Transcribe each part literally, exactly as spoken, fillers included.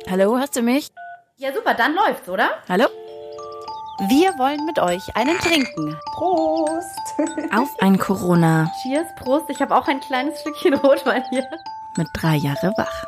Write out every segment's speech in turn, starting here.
Hallo, hörst du mich? Ja, super, dann läuft's, oder? Hallo? Wir wollen mit euch einen trinken. Prost! Auf ein Corona. Cheers, Prost. Ich habe auch ein kleines Stückchen Rotwein hier. Mit drei Jahre wach.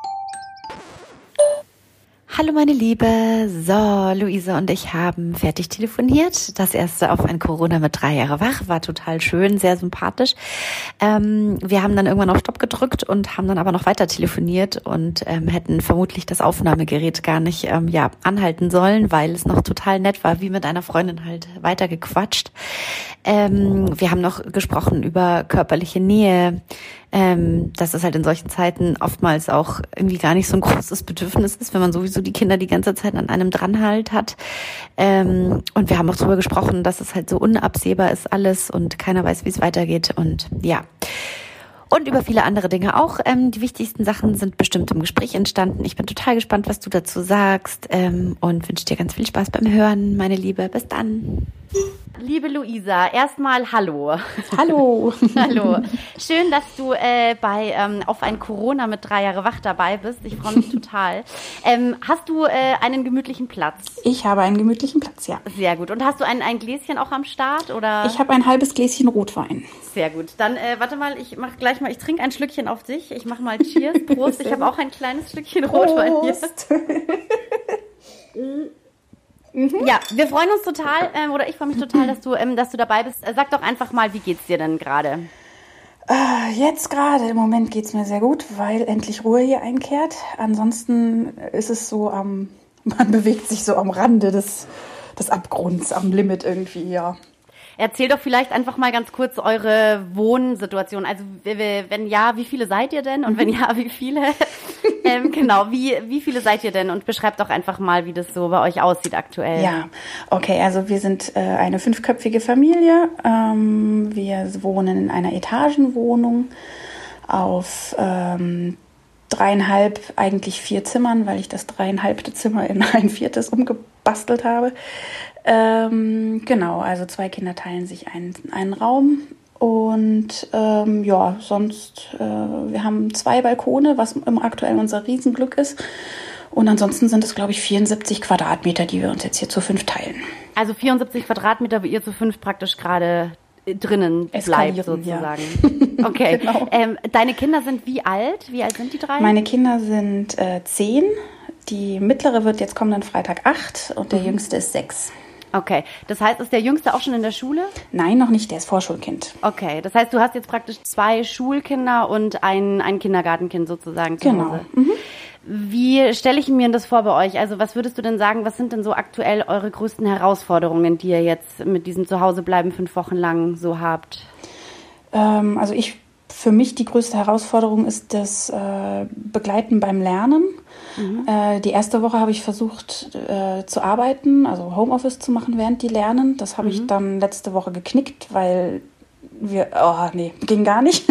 Hallo meine Liebe, so Luisa und ich haben fertig telefoniert. Das erste auf ein Corona mit drei Jahre wach, war total schön, sehr sympathisch. Ähm, wir haben dann irgendwann auf Stopp gedrückt und haben dann aber noch weiter telefoniert und ähm, hätten vermutlich das Aufnahmegerät gar nicht ähm, ja anhalten sollen, weil es noch total nett war, wie mit einer Freundin halt weitergequatscht. Ähm, wir haben noch gesprochen über körperliche Nähe, ähm, dass es halt in solchen Zeiten oftmals auch irgendwie gar nicht so ein großes Bedürfnis ist, wenn man sowieso die Kinder die ganze Zeit an einem dran halt hat. Ähm, und wir haben auch darüber gesprochen, dass es halt so unabsehbar ist alles und keiner weiß, wie es weitergeht und ja. Und über viele andere Dinge auch. Ähm, die wichtigsten Sachen sind bestimmt im Gespräch entstanden. Ich bin total gespannt, was du dazu sagst ähm, und wünsche dir ganz viel Spaß beim Hören, meine Liebe. Bis dann. Liebe Luisa, erstmal hallo. Hallo. Hallo. Schön, dass du äh, bei ähm, auf ein Corona mit drei Jahre wach dabei bist. Ich freue mich total. Ähm, hast du äh, einen gemütlichen Platz? Ich habe einen gemütlichen Platz, ja. Sehr gut. Und hast du ein, ein Gläschen auch am Start? Oder? Ich habe ein halbes Gläschen Rotwein. Sehr gut. Dann äh, warte mal, ich mache gleich mal, ich trinke ein Schlückchen auf dich. Ich mache mal Cheers. Prost. Ich habe auch ein kleines Stückchen Rotwein hier. Mhm. Ja, wir freuen uns total, ähm, oder ich freue mich total, dass du, ähm, dass du dabei bist. Äh, sag doch einfach mal, wie geht's dir denn gerade? Äh, jetzt gerade, im Moment geht's mir sehr gut, weil endlich Ruhe hier einkehrt. Ansonsten ist es so, ähm, man bewegt sich so am Rande des, des Abgrunds, am Limit irgendwie, ja. Erzähl doch vielleicht einfach mal ganz kurz eure Wohnsituation. Also wenn ja, wie viele seid ihr denn? Und wenn ja, wie viele? ähm, genau, wie, wie viele seid ihr denn? Und beschreibt doch einfach mal, wie das so bei euch aussieht aktuell. Ja, okay, also wir sind äh, eine fünfköpfige Familie. Ähm, wir wohnen in einer Etagenwohnung auf ähm, dreieinhalb, eigentlich vier Zimmern, weil ich das dreieinhalbte Zimmer in ein viertes umgebastelt habe. Ähm, genau, also zwei Kinder teilen sich einen, einen Raum und ähm, ja, sonst, äh, wir haben zwei Balkone, was im aktuell unser Riesenglück ist. Und ansonsten sind es, glaube ich, vierundsiebzig Quadratmeter, die wir uns jetzt hier zu fünf teilen. Also vierundsiebzig Quadratmeter, wo ihr zu fünf praktisch gerade drinnen bleibt sozusagen. Ja. Okay. Genau. Ähm, deine Kinder sind wie alt? Wie alt sind die drei? Meine Kinder sind äh, zehn. Die mittlere wird jetzt kommenden Freitag acht und der mhm. jüngste ist sechs. Okay, das heißt, ist der Jüngste auch schon in der Schule? Nein, noch nicht, der ist Vorschulkind. Okay, das heißt, du hast jetzt praktisch zwei Schulkinder und ein, ein Kindergartenkind sozusagen zu Genau. Hause. Mhm. Wie stelle ich mir das vor bei euch? Also was würdest du denn sagen, was sind denn so aktuell eure größten Herausforderungen, die ihr jetzt mit diesem Zuhausebleiben fünf Wochen lang so habt? Ähm, also ich Für mich die größte Herausforderung ist das äh, Begleiten beim Lernen. Mhm. Äh, die erste Woche habe ich versucht äh, zu arbeiten, also Homeoffice zu machen, während die lernen. Das habe mhm. ich dann letzte Woche geknickt, weil wir, oh nee, ging gar nicht.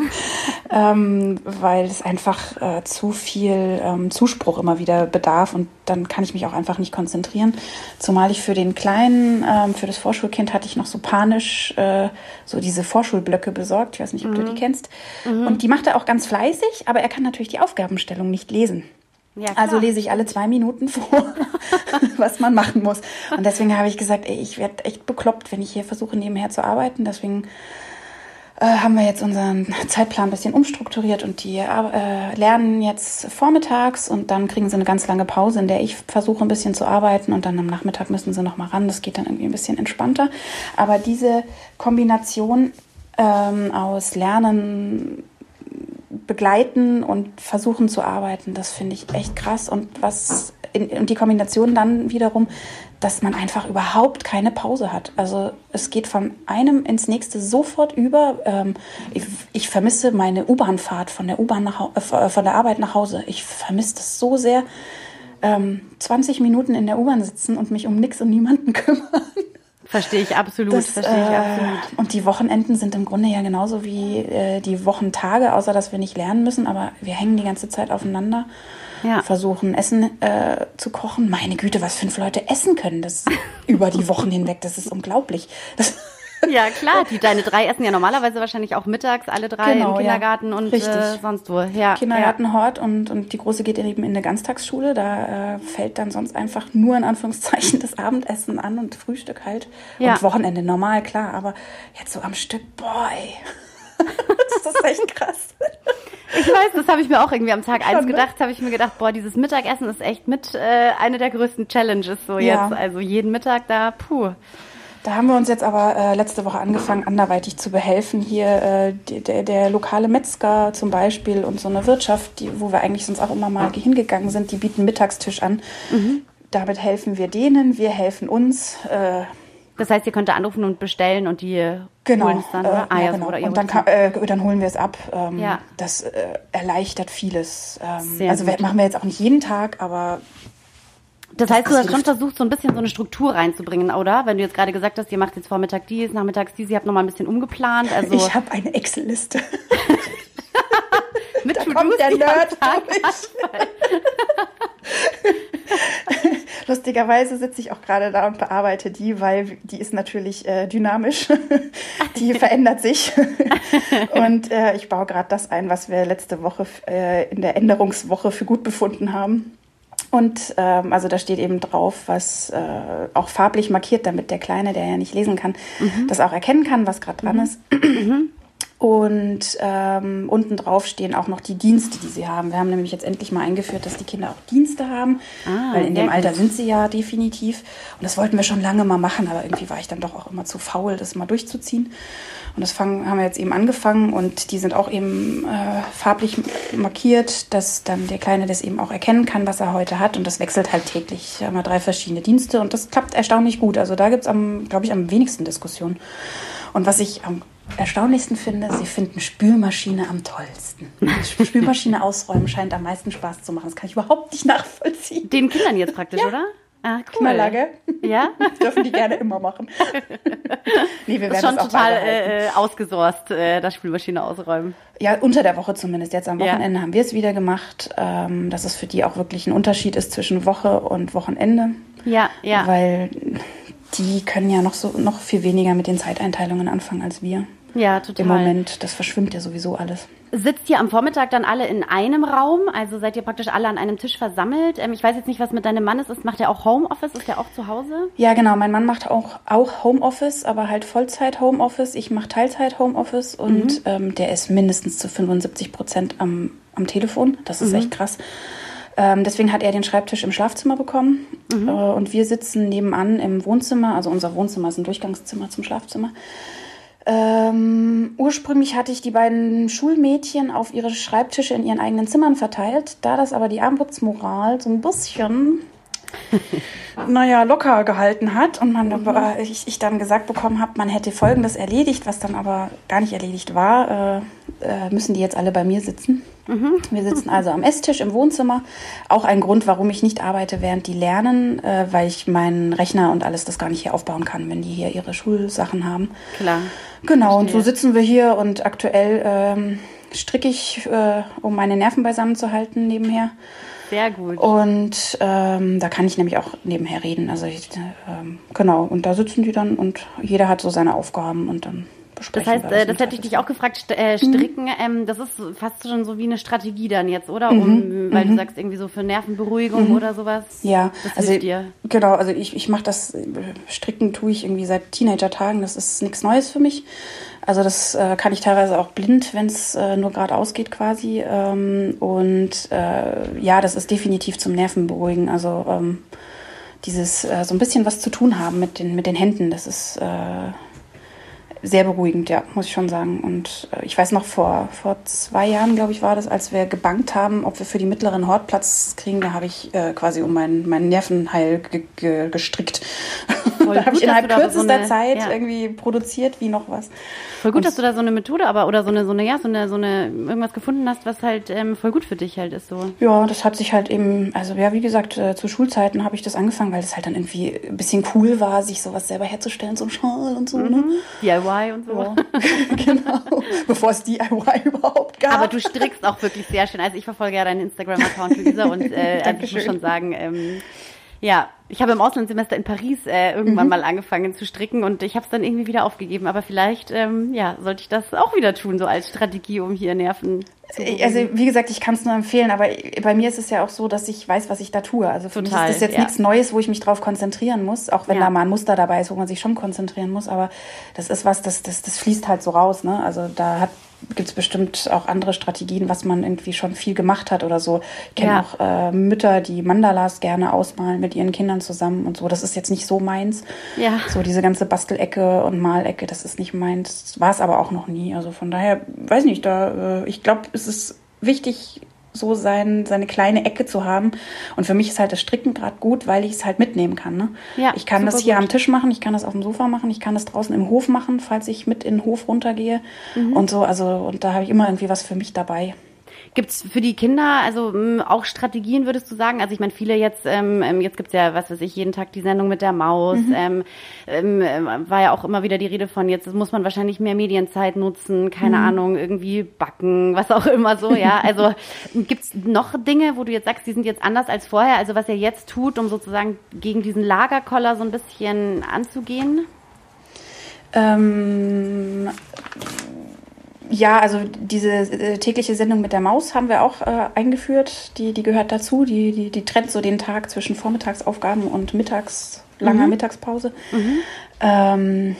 ähm, weil es einfach äh, zu viel ähm, Zuspruch immer wieder bedarf und dann kann ich mich auch einfach nicht konzentrieren. Zumal ich für den Kleinen, ähm, für das Vorschulkind hatte ich noch so panisch äh, so diese Vorschulblöcke besorgt. Ich weiß nicht, ob mhm. du die kennst. Mhm. Und die macht er auch ganz fleißig, aber er kann natürlich die Aufgabenstellung nicht lesen. Ja, also lese ich alle zwei Minuten vor, was man machen muss. Und deswegen habe ich gesagt, ey, ich werde echt bekloppt, wenn ich hier versuche, nebenher zu arbeiten. Deswegen äh, haben wir jetzt unseren Zeitplan ein bisschen umstrukturiert und die äh, lernen jetzt vormittags und dann kriegen sie eine ganz lange Pause, in der ich versuche, ein bisschen zu arbeiten und dann am Nachmittag müssen sie noch mal ran. Das geht dann irgendwie ein bisschen entspannter. Aber diese Kombination ähm, aus Lernen, begleiten und versuchen zu arbeiten, das finde ich echt krass. Und was in, und die Kombination dann wiederum, dass man einfach überhaupt keine Pause hat. Also es geht von einem ins nächste sofort über. Ähm, ich, ich vermisse meine U-Bahn-Fahrt von der U-Bahn nach äh, von der Arbeit nach Hause. Ich vermisse das so sehr. Ähm, zwanzig Minuten in der U-Bahn sitzen und mich um nichts und niemanden kümmern. Verstehe ich absolut, das, verstehe ich absolut. Äh, und die Wochenenden sind im Grunde ja genauso wie äh, die Wochentage, außer dass wir nicht lernen müssen, aber wir hängen die ganze Zeit aufeinander, ja. versuchen Essen äh, zu kochen. Meine Güte, was fünf Leute essen können, das über die Wochen hinweg, das ist unglaublich. Das Ja, klar. Die, deine drei essen ja normalerweise wahrscheinlich auch mittags, alle drei Genau, im Kindergarten ja. und Richtig. äh, sonst wo. Ja, Kindergarten, ja. Hort und, und die Große geht eben in eine Ganztagsschule. Da äh, fällt dann sonst einfach nur in Anführungszeichen das Abendessen an und Frühstück halt. Ja. Und Wochenende normal, klar. Aber jetzt so am Stück, boah, ey. Das ist echt krass. Ich weiß, das habe ich mir auch irgendwie am Tag eins Schon, ne? gedacht, habe ich mir gedacht, boah, dieses Mittagessen ist echt mit äh, eine der größten Challenges so Ja. jetzt. Also jeden Mittag da, puh. Da haben wir uns jetzt aber äh, letzte Woche angefangen, anderweitig zu behelfen. Hier äh, die, der, der lokale Metzger zum Beispiel und so eine Wirtschaft, die, wo wir eigentlich sonst auch immer mal hingegangen sind, die bieten Mittagstisch an. Mhm. Damit helfen wir denen, wir helfen uns. Äh, Das heißt, ihr könnt da anrufen und bestellen und die Genau, holen es dann, oder? äh, Ah, ja, ja, genau. Oder ihr Und dann, holt kann, äh, dann holen wir es ab. Ähm, Ja. Das äh, erleichtert vieles. Ähm, Sehr also wir, gut. machen wir jetzt auch nicht jeden Tag, aber Das heißt, du das hast schon hilft. versucht, so ein bisschen so eine Struktur reinzubringen, oder? Wenn du jetzt gerade gesagt hast, ihr macht jetzt Vormittag dies, nachmittags dies, ihr habt nochmal ein bisschen umgeplant. Also ich habe eine Excel-Liste. mit Da To-Dos, kommt der die am Nerd Tag durch. Lustigerweise sitze ich auch gerade da und bearbeite die, weil die ist natürlich äh, dynamisch. Die verändert sich. Und äh, ich baue gerade das ein, was wir letzte Woche äh, in der Änderungswoche für gut befunden haben. Und ähm, also da steht eben drauf, was äh, auch farblich markiert, damit der Kleine, der ja nicht lesen kann, mhm. das auch erkennen kann, was gerade dran Mhm. ist. Mhm. Und ähm, unten drauf stehen auch noch die Dienste, die sie haben. Wir haben nämlich jetzt endlich mal eingeführt, dass die Kinder auch Dienste haben, Ah, weil in dem sehr Alter gut. sind sie ja definitiv. Und das wollten wir schon lange mal machen, aber irgendwie war ich dann doch auch immer zu faul, das mal durchzuziehen. Und das fangen, haben wir jetzt eben angefangen und die sind auch eben äh, farblich markiert, dass dann der Kleine das eben auch erkennen kann, was er heute hat. Und das wechselt halt täglich. Wir haben ja drei verschiedene Dienste und das klappt erstaunlich gut. Also da gibt es, glaube ich, am wenigsten Diskussionen. Und was ich am erstaunlichsten finde, sie finden Spülmaschine am tollsten. Spülmaschine ausräumen scheint am meisten Spaß zu machen. Das kann ich überhaupt nicht nachvollziehen. Den Kindern jetzt praktisch, Ja. oder? Ah, cool. Knaller, gell? Ja? Das dürfen die gerne immer machen. Nee, wir Das ist werden schon das auch total beibehalten. äh, ausgesorgt, äh, das Spülmaschine ausräumen. Ja, unter der Woche zumindest. Jetzt am Ja. Wochenende haben wir es wieder gemacht, ähm, dass es für die auch wirklich ein Unterschied ist zwischen Woche und Wochenende. Ja, ja. Weil die können ja noch so noch viel weniger mit den Zeiteinteilungen anfangen als wir. Ja, total. Im Moment, das verschwimmt ja sowieso alles. Sitzt ihr am Vormittag dann alle in einem Raum? Also seid ihr praktisch alle an einem Tisch versammelt? Ähm, ich weiß jetzt nicht, was mit deinem Mann ist. Macht er auch Homeoffice? Ist er auch zu Hause? Ja, genau. Mein Mann macht auch, auch Homeoffice, aber halt Vollzeit-Homeoffice. Ich mache Teilzeit-Homeoffice und Mhm. ähm, der ist mindestens zu fünfundsiebzig Prozent am, am Telefon. Das ist Mhm. echt krass. Ähm, deswegen hat er den Schreibtisch im Schlafzimmer bekommen Mhm. äh, und wir sitzen nebenan im Wohnzimmer. Also unser Wohnzimmer ist ein Durchgangszimmer zum Schlafzimmer. Ähm, ursprünglich hatte ich die beiden Schulmädchen auf ihre Schreibtische in ihren eigenen Zimmern verteilt. Da das aber die Armutsmoral so ein bisschen, naja, locker gehalten hat und man, Mhm. äh, ich, ich dann gesagt bekommen habe, man hätte Folgendes erledigt, was dann aber gar nicht erledigt war, äh, äh, müssen die jetzt alle bei mir sitzen. Mhm. Wir sitzen also am Esstisch im Wohnzimmer. Auch ein Grund, warum ich nicht arbeite, während die lernen, äh, weil ich meinen Rechner und alles das gar nicht hier aufbauen kann, wenn die hier ihre Schulsachen haben. Klar. Genau, und so Verstehe. sitzen wir hier und aktuell ähm, stricke ich, äh, um meine Nerven beisammen zu halten nebenher. Sehr gut. Und ähm, da kann ich nämlich auch nebenher reden. Also ich, ähm, genau, und da sitzen die dann und jeder hat so seine Aufgaben und dann Das besprechen heißt, wir äh, das das im hätte ich dich auch gefragt, st äh, Mhm. stricken, ähm, das ist fast schon so wie eine Strategie dann jetzt, oder? Um, weil du sagst irgendwie so für Nervenberuhigung oder sowas. Mhm. Ja, Das also hilft dir. genau, also ich, ich mache das, äh, Stricken tue ich irgendwie seit Teenager-Tagen, das ist nichts Neues für mich. Also das äh, kann ich teilweise auch blind, wenn es äh, nur geradeaus geht quasi. Ähm, und äh, ja, das ist definitiv zum Nervenberuhigen. Also ähm, dieses äh, so ein bisschen was zu tun haben mit den, mit den Händen, das ist äh, sehr beruhigend, ja, muss ich schon sagen. Und äh, ich weiß noch, vor, vor zwei Jahren, glaube ich, war das, als wir gebankt haben, ob wir für die mittleren Hort Platz kriegen, da habe ich äh, quasi um meinen mein Nervenheil ge ge gestrickt. Voll Da habe gut, ich innerhalb dass du da so kürzester eine- Zeit ja. irgendwie produziert wie noch was. Voll gut, Und- dass du da so eine Methode, aber oder so eine, so eine, ja, so eine, so eine irgendwas gefunden hast, was halt ähm, voll gut für dich halt ist so. Ja, das hat sich halt eben, also ja, wie gesagt, äh, zu Schulzeiten habe ich das angefangen, weil das halt dann irgendwie ein bisschen cool war, sich sowas selber herzustellen, so ein Schal und so, ne? D I Y und so. Ja, genau. Bevor es D I Y überhaupt gab. Aber du strickst auch wirklich sehr schön. Also ich verfolge ja deinen Instagram-Account, Luisa, und äh, also ich muss Dankeschön. schon sagen, ähm, Ja, ich habe im Auslandssemester in Paris äh, irgendwann Mhm. mal angefangen zu stricken und ich habe es dann irgendwie wieder aufgegeben. Aber vielleicht, ähm, ja, sollte ich das auch wieder tun, so als Strategie, um hier Nerven zu beruhigen. Also wie gesagt, ich kann es nur empfehlen, aber bei mir ist es ja auch so, dass ich weiß, was ich da tue. Also für Total, mich ist das jetzt ja. nichts Neues, wo ich mich drauf konzentrieren muss, auch wenn Ja. da mal ein Muster dabei ist, wo man sich schon konzentrieren muss. Aber das ist was, das, das, das fließt halt so raus. Ne? Also da hat gibt es bestimmt auch andere Strategien, was man irgendwie schon viel gemacht hat oder so. Ich kenne Ja. auch äh, Mütter, die Mandalas gerne ausmalen mit ihren Kindern zusammen und so. Das ist jetzt nicht so meins. Ja. So diese ganze Bastelecke und Malecke, das ist nicht meins. War es aber auch noch nie. Also von daher, weiß nicht, da äh, ich glaube, es ist wichtig, so sein, seine kleine Ecke zu haben. Und für mich ist halt das Stricken gerade gut, weil ich es halt mitnehmen kann. Ne? Ja, ich kann das super hier gut. am Tisch machen, ich kann das auf dem Sofa machen, ich kann das draußen im Hof machen, falls ich mit in den Hof runtergehe und so. Also und da habe ich immer irgendwie was für mich dabei. Gibt's für die Kinder also mh, auch Strategien, würdest du sagen? Also ich meine, viele jetzt, ähm, ähm, jetzt gibt's ja, was weiß ich, jeden Tag die Sendung mit der Maus. Ähm, ähm, ähm, war ja auch immer wieder die Rede von, jetzt muss man wahrscheinlich mehr Medienzeit nutzen, keine Ahnung, irgendwie backen, was auch immer so, ja. Also gibt's noch Dinge, wo du jetzt sagst, die sind jetzt anders als vorher? Also was ihr jetzt tut, um sozusagen gegen diesen Lagerkoller so ein bisschen anzugehen? Ähm, ja, also diese äh, tägliche Sendung mit der Maus haben wir auch äh, eingeführt. Die, die gehört dazu. Die, die, die trennt so den Tag zwischen Vormittagsaufgaben und mittags, langer Mhm. Mittagspause. Ähm,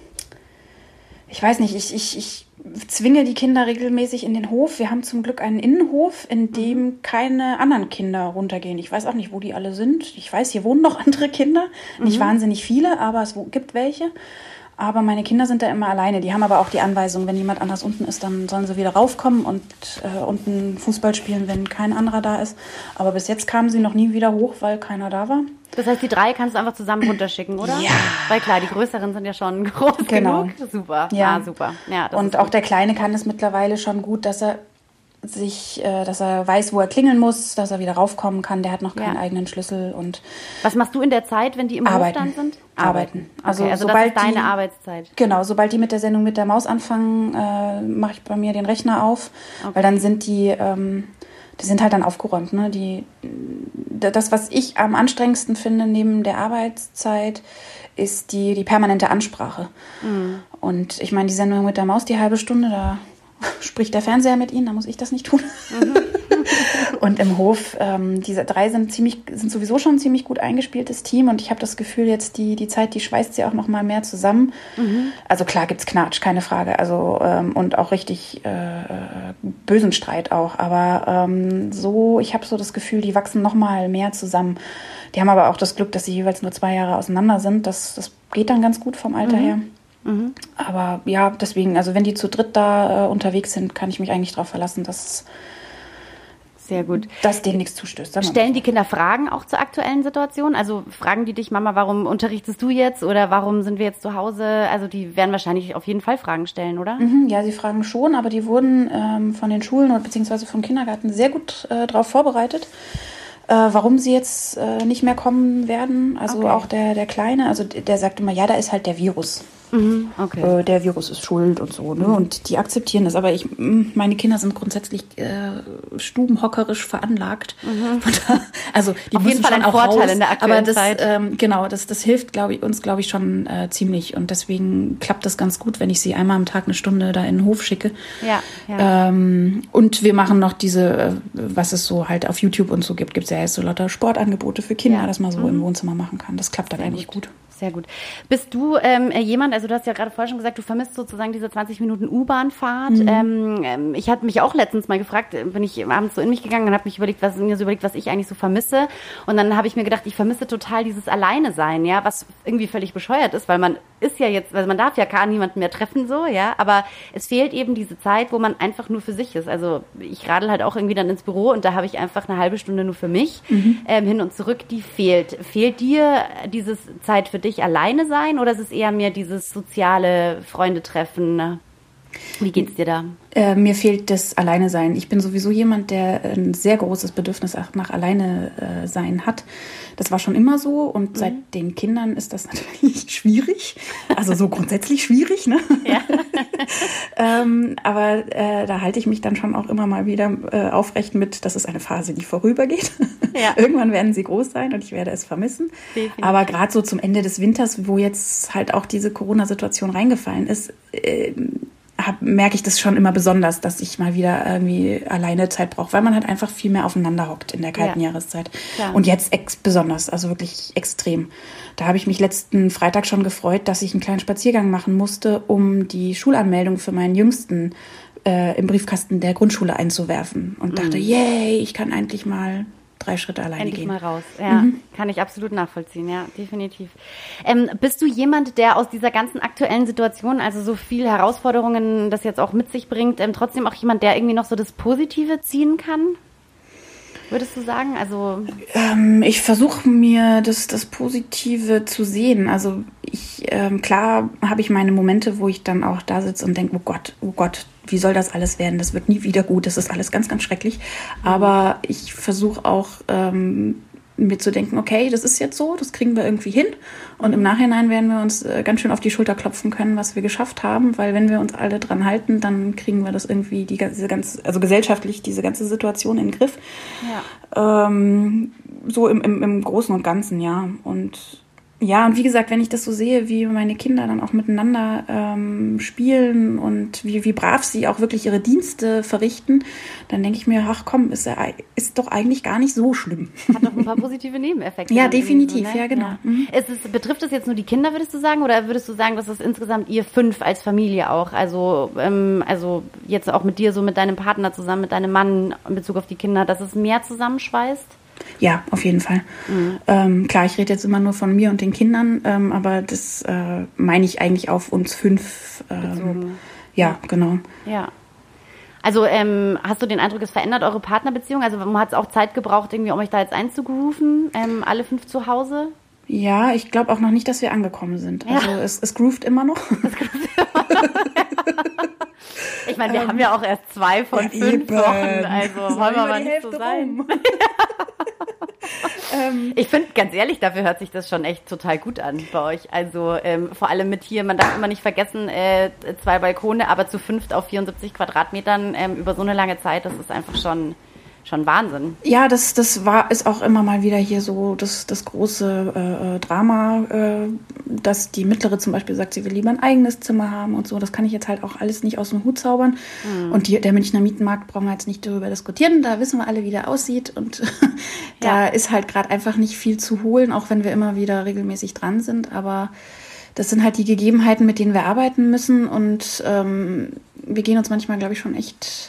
ich weiß nicht, ich, ich, ich zwinge die Kinder regelmäßig in den Hof. Wir haben zum Glück einen Innenhof, in dem keine anderen Kinder runtergehen. Ich weiß auch nicht, wo die alle sind. Ich weiß, hier wohnen noch andere Kinder. Nicht wahnsinnig viele, aber es wo- gibt welche. Aber meine Kinder sind da immer alleine. Die haben aber auch die Anweisung, wenn jemand anders unten ist, dann sollen sie wieder raufkommen und äh, unten Fußball spielen, wenn kein anderer da ist. Aber bis jetzt kamen sie noch nie wieder hoch, weil keiner da war. Das heißt, die drei kannst du einfach zusammen runterschicken, oder? Ja. Weil klar, die größeren sind ja schon groß Genau. genug. Super. Ja. Ah, super. Ja, das Und ist auch gut. der Kleine kann es mittlerweile schon gut, dass er sich, äh, dass er weiß, wo er klingeln muss, dass er wieder raufkommen kann. Der hat noch keinen Ja. eigenen Schlüssel und Was machst du in der Zeit, wenn die im Arbeiten. Hof dann sind? Arbeiten. Also Also, okay, also sobald das ist deine die- Arbeitszeit. Genau, sobald die mit der Sendung mit der Maus anfangen, äh, mache ich bei mir den Rechner auf, weil dann sind die, ähm, die sind halt dann aufgeräumt. Ne? Die, d- das, was ich am anstrengendsten finde neben der Arbeitszeit, ist die, die permanente Ansprache. Und ich meine, die Sendung mit der Maus, die halbe Stunde, da spricht der Fernseher mit ihnen, da muss ich das nicht tun. Und im Hof, ähm, diese drei sind ziemlich, sind sowieso schon ein ziemlich gut eingespieltes Team und ich habe das Gefühl, jetzt die, die Zeit, die schweißt sie auch noch mal mehr zusammen. Also klar gibt's Knatsch, keine Frage. Also ähm, und auch richtig äh, bösen Streit auch. Aber ähm, so, ich habe so das Gefühl, die wachsen noch mal mehr zusammen. Die haben aber auch das Glück, dass sie jeweils nur zwei Jahre auseinander sind. Das, das geht dann ganz gut vom Alter her. Aber ja, deswegen, also wenn die zu dritt da äh, unterwegs sind, kann ich mich eigentlich darauf verlassen, dass, Sehr gut. dass denen nichts zustößt. sagen wir mal. Stellen die Kinder Fragen auch zur aktuellen Situation? Also fragen die dich, Mama, warum unterrichtest du jetzt oder warum sind wir jetzt zu Hause? Also die werden wahrscheinlich auf jeden Fall Fragen stellen, oder? Mhm, ja, sie fragen schon, aber die wurden ähm, von den Schulen oder beziehungsweise vom Kindergarten sehr gut äh, darauf vorbereitet, äh, warum sie jetzt äh, nicht mehr kommen werden. Also Okay. auch der, der Kleine, also d- der sagt immer, ja, da ist halt der Virus. Mhm, okay. Äh, der Virus ist schuld und so, ne? Und die akzeptieren das. Aber ich, mh, meine Kinder sind grundsätzlich äh, stubenhockerisch veranlagt. Von da, also die Auf jeden müssen Fall schon ein auch Vorteil raus, in der aktuellen aber das, Zeit. Ähm, genau, das, das hilft, glaube ich, uns, glaube ich, schon äh, ziemlich. Und deswegen klappt das ganz gut, wenn ich sie einmal am Tag eine Stunde da in den Hof schicke. Ja, ja. Ähm, und wir machen noch diese, äh, was es so halt auf YouTube und so gibt, gibt es ja jetzt so lauter Sportangebote für Kinder, Ja. dass man so im Wohnzimmer machen kann. Das klappt dann eigentlich gut. Sehr gut. Bist du ähm, jemand, also du hast ja gerade vorher schon gesagt, du vermisst sozusagen diese zwanzig Minuten U-Bahn-Fahrt. Ähm, ähm, ich hatte mich auch letztens mal gefragt, äh, bin ich abends so in mich gegangen und habe mich überlegt, was mir so überlegt, was ich eigentlich so vermisse. Und dann habe ich mir gedacht, ich vermisse total dieses Alleine-Sein, ja, was irgendwie völlig bescheuert ist, weil man ist ja jetzt, also man darf ja gar niemanden mehr treffen, so, ja, aber es fehlt eben diese Zeit, wo man einfach nur für sich ist. Also ich radel halt auch irgendwie dann ins Büro und da habe ich einfach eine halbe Stunde nur für mich ähm, hin und zurück, die fehlt. Fehlt dir dieses Zeit für dich alleine sein oder ist es eher mehr dieses soziale Freunde treffen? Ne? Wie geht's dir da? Äh, mir fehlt das Alleine-Sein. Ich bin sowieso jemand, der ein sehr großes Bedürfnis nach Alleine-Sein hat. Das war schon immer so und mhm. seit den Kindern ist das natürlich schwierig. Also so grundsätzlich schwierig, ne? Ja. ähm, aber äh, da halte ich mich dann schon auch immer mal wieder äh, aufrecht mit, das ist eine Phase, die vorübergeht. Ja. Irgendwann werden sie groß sein und ich werde es vermissen. Definitiv. Aber gerade so zum Ende des Winters, wo jetzt halt auch diese Corona-Situation reingefallen ist, äh, hab, merke ich das schon immer besonders, dass ich mal wieder irgendwie alleine Zeit brauche, weil man halt einfach viel mehr aufeinander hockt in der kalten ja. Jahreszeit. Klar. Und jetzt ex- besonders, also wirklich extrem. Da habe ich mich letzten Freitag schon gefreut, dass ich einen kleinen Spaziergang machen musste, um die Schulanmeldung für meinen Jüngsten äh, im Briefkasten der Grundschule einzuwerfen. Und dachte, mhm. yay, ich kann endlich mal drei Schritte alleine Endlich gehen. mal raus. Ja, mhm. kann ich absolut nachvollziehen. Ja, definitiv. Ähm, bist du jemand, der aus dieser ganzen aktuellen Situation, also so viel Herausforderungen das jetzt auch mit sich bringt, ähm, trotzdem auch jemand, der irgendwie noch so das Positive ziehen kann? Würdest du sagen? Also ähm, ich versuche mir das, das Positive zu sehen. Also ich, ähm, klar habe ich meine Momente, wo ich dann auch da sitze und denke, oh Gott, oh Gott, wie soll das alles werden? Das wird nie wieder gut. Das ist alles ganz, ganz schrecklich. Aber ich versuche auch ähm, mir zu denken, okay, das ist jetzt so, das kriegen wir irgendwie hin. Und im Nachhinein werden wir uns äh, ganz schön auf die Schulter klopfen können, was wir geschafft haben. Weil wenn wir uns alle dran halten, dann kriegen wir das irgendwie, die ganze, ganze, also gesellschaftlich, diese ganze Situation in den Griff. Ja. Ähm, so im, im, im Großen und Ganzen, ja. Und ja, und wie gesagt, wenn ich das so sehe, wie meine Kinder dann auch miteinander ähm, spielen und wie, wie brav sie auch wirklich ihre Dienste verrichten, dann denke ich mir, ach komm, ist, ist doch eigentlich gar nicht so schlimm. Hat doch ein paar positive Nebeneffekte. Ja, definitiv, so, ne? Ja, genau. Ja. Mhm. Ist es, betrifft es jetzt nur die Kinder, würdest du sagen, oder würdest du sagen, dass es insgesamt ihr fünf als Familie auch, also, ähm, also jetzt auch mit dir, so mit deinem Partner zusammen, mit deinem Mann in Bezug auf die Kinder, dass es mehr zusammenschweißt? Ja, auf jeden Fall. Mhm. Ähm, klar, ich rede jetzt immer nur von mir und den Kindern, ähm, aber das äh, meine ich eigentlich auf uns fünf. Ähm, ja, ja, genau. Ja. Also ähm, hast du den Eindruck, es verändert eure Partnerbeziehung? Also hat es auch Zeit gebraucht, irgendwie, um euch da jetzt einzugrooven, ähm, alle fünf zu Hause? Ja, ich glaube auch noch nicht, dass wir angekommen sind. Ja. Also es, es groovt immer noch. Es groovt immer noch. Ich meine, wir ähm, haben ja auch erst zwei von ja, fünf eben. Wochen, also wollen wir mal nicht so sein. ähm, ich finde, ganz ehrlich, dafür hört sich das schon echt total gut an bei euch. Also ähm, vor allem mit hier, man darf immer nicht vergessen, äh, zwei Balkone, aber zu fünft auf vierundsiebzig Quadratmetern ähm, über so eine lange Zeit, das ist einfach schon... Schon Wahnsinn. Ja, das, das war, ist auch immer mal wieder hier so das, das große äh, Drama, äh, dass die Mittlere zum Beispiel sagt, sie will lieber ein eigenes Zimmer haben und so. Das kann ich jetzt halt auch alles nicht aus dem Hut zaubern. Mhm. Und die, der Münchner Mietenmarkt brauchen wir jetzt nicht darüber diskutieren. Da wissen wir alle, wie der aussieht. Und da ja. ist halt gerade einfach nicht viel zu holen, auch wenn wir immer wieder regelmäßig dran sind. Aber das sind halt die Gegebenheiten, mit denen wir arbeiten müssen. Und ähm, wir gehen uns manchmal, glaube ich, schon echt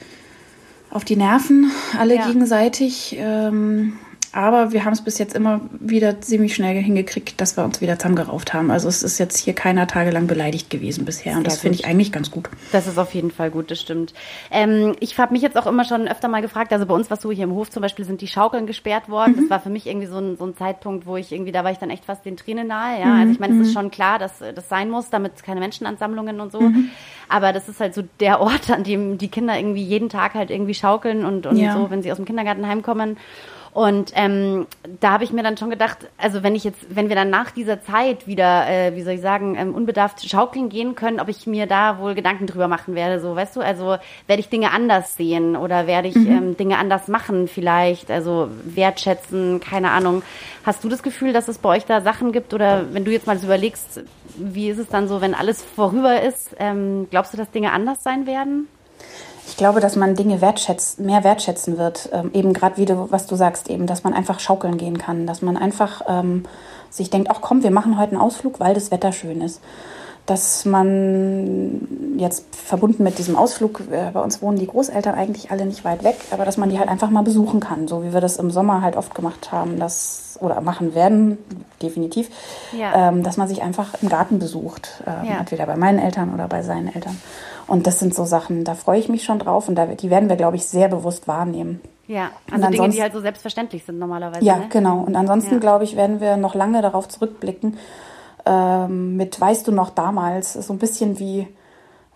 auf die Nerven, alle ja. gegenseitig. Ähm, aber wir haben es bis jetzt immer wieder ziemlich schnell hingekriegt, dass wir uns wieder zusammengerauft haben. Also es ist jetzt hier keiner tagelang beleidigt gewesen bisher. Und Sehr das finde ich eigentlich ganz gut. Das ist auf jeden Fall gut, das stimmt. Ähm, ich habe mich jetzt auch immer schon öfter mal gefragt, also bei uns war es so, hier im Hof zum Beispiel sind die Schaukeln gesperrt worden. Mhm. Das war für mich irgendwie so ein, so ein Zeitpunkt, wo ich irgendwie, da war ich dann echt fast den Tränen nahe. Ja? Mhm. Also ich meine, es ist schon klar, dass das sein muss, damit keine Menschenansammlungen und so. Mhm. Aber das ist halt so der Ort, an dem die Kinder irgendwie jeden Tag halt irgendwie schaukeln und, und ja. so, wenn sie aus dem Kindergarten heimkommen. Und ähm, da habe ich mir dann schon gedacht, also wenn ich jetzt, wenn wir dann nach dieser Zeit wieder, äh, wie soll ich sagen, ähm, unbedarft schaukeln gehen können, ob ich mir da wohl Gedanken drüber machen werde, so, weißt du, also werde ich Dinge anders sehen oder werde ich mhm. ähm, Dinge anders machen vielleicht, also wertschätzen, keine Ahnung. Hast du das Gefühl, dass es bei euch da Sachen gibt oder wenn du jetzt mal so überlegst, wie ist es dann so, wenn alles vorüber ist, ähm, glaubst du, dass Dinge anders sein werden? Ich glaube, dass man Dinge wertschätzt, mehr wertschätzen wird. Ähm, eben gerade wie du, was du sagst, eben, dass man einfach schaukeln gehen kann. Dass man einfach ähm, sich denkt, ach komm, wir machen heute einen Ausflug, weil das Wetter schön ist. Dass man jetzt verbunden mit diesem Ausflug, äh, bei uns wohnen die Großeltern eigentlich alle nicht weit weg, aber dass man die halt einfach mal besuchen kann. So wie wir das im Sommer halt oft gemacht haben, dass, oder machen werden, definitiv. Ja. Ähm, dass man sich einfach im Garten besucht. Ähm, ja. Entweder bei meinen Eltern oder bei seinen Eltern. Und das sind so Sachen, da freue ich mich schon drauf und da, die werden wir, glaube ich, sehr bewusst wahrnehmen. Ja, also Dinge, die halt so selbstverständlich sind normalerweise. Ja, ne? genau. Und ansonsten, ja. glaube ich, werden wir noch lange darauf zurückblicken, ähm, mit, weißt du noch damals, so ein bisschen wie,